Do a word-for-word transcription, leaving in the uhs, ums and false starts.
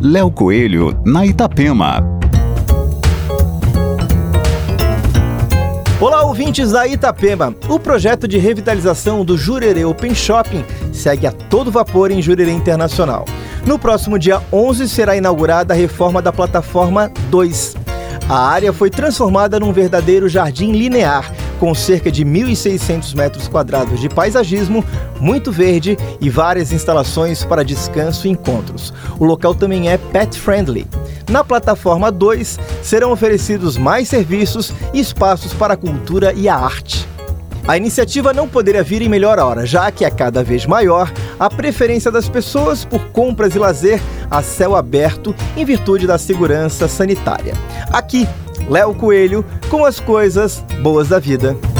Léo Coelho, na Itapema. Olá, ouvintes da Itapema. O projeto de revitalização do Jurerê Open Shopping segue a todo vapor em Jurerê Internacional. No próximo dia onze será inaugurada a reforma da plataforma dois. A área foi transformada num verdadeiro jardim linear, com cerca de mil e seiscentos metros quadrados de paisagismo, muito verde e várias instalações para descanso e encontros. O local também é pet-friendly. Na plataforma dois serão oferecidos mais serviços e espaços para a cultura e a arte. A iniciativa não poderia vir em melhor hora, já que é cada vez maior a preferência das pessoas por compras e lazer a céu aberto em virtude da segurança sanitária. Aqui, Léo Coelho, com as coisas boas da vida.